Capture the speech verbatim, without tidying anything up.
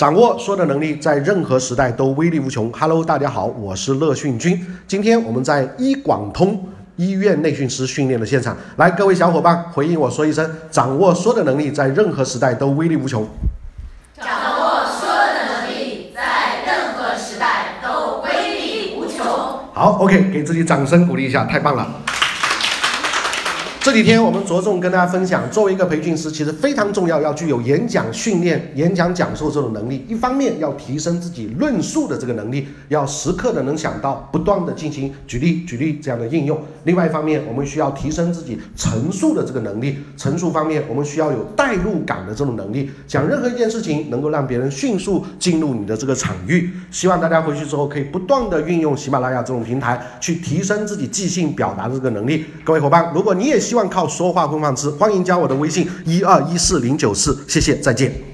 掌握说的能力，在任何时代都威力无穷。Hello， 大家好，我是乐讯君。今天我们在医广通医院内训师训练的现场，来，各位小伙伴回应我说一声：掌握说的能力，在任何时代都威力无穷。 掌握说的能力，在任何时代都威力无穷。 好 ，OK， 给自己掌声鼓励一下，太棒了。这几天我们着重跟大家分享，作为一个培训师，其实非常重要，要具有演讲训练、演讲讲授这种能力。一方面要提升自己论述的这个能力，要时刻的能想到，不断的进行举例、举例这样的应用。另外一方面，我们需要提升自己陈述的这个能力。陈述方面，我们需要有代入感的这种能力，讲任何一件事情能够让别人迅速进入你的这个场域。希望大家回去之后可以不断的运用喜马拉雅这种平台，去提升自己即兴表达的这个能力。各位伙伴，如果你也希望靠说话混饭吃，欢迎加我的微信一二一四零九四，谢谢，再见。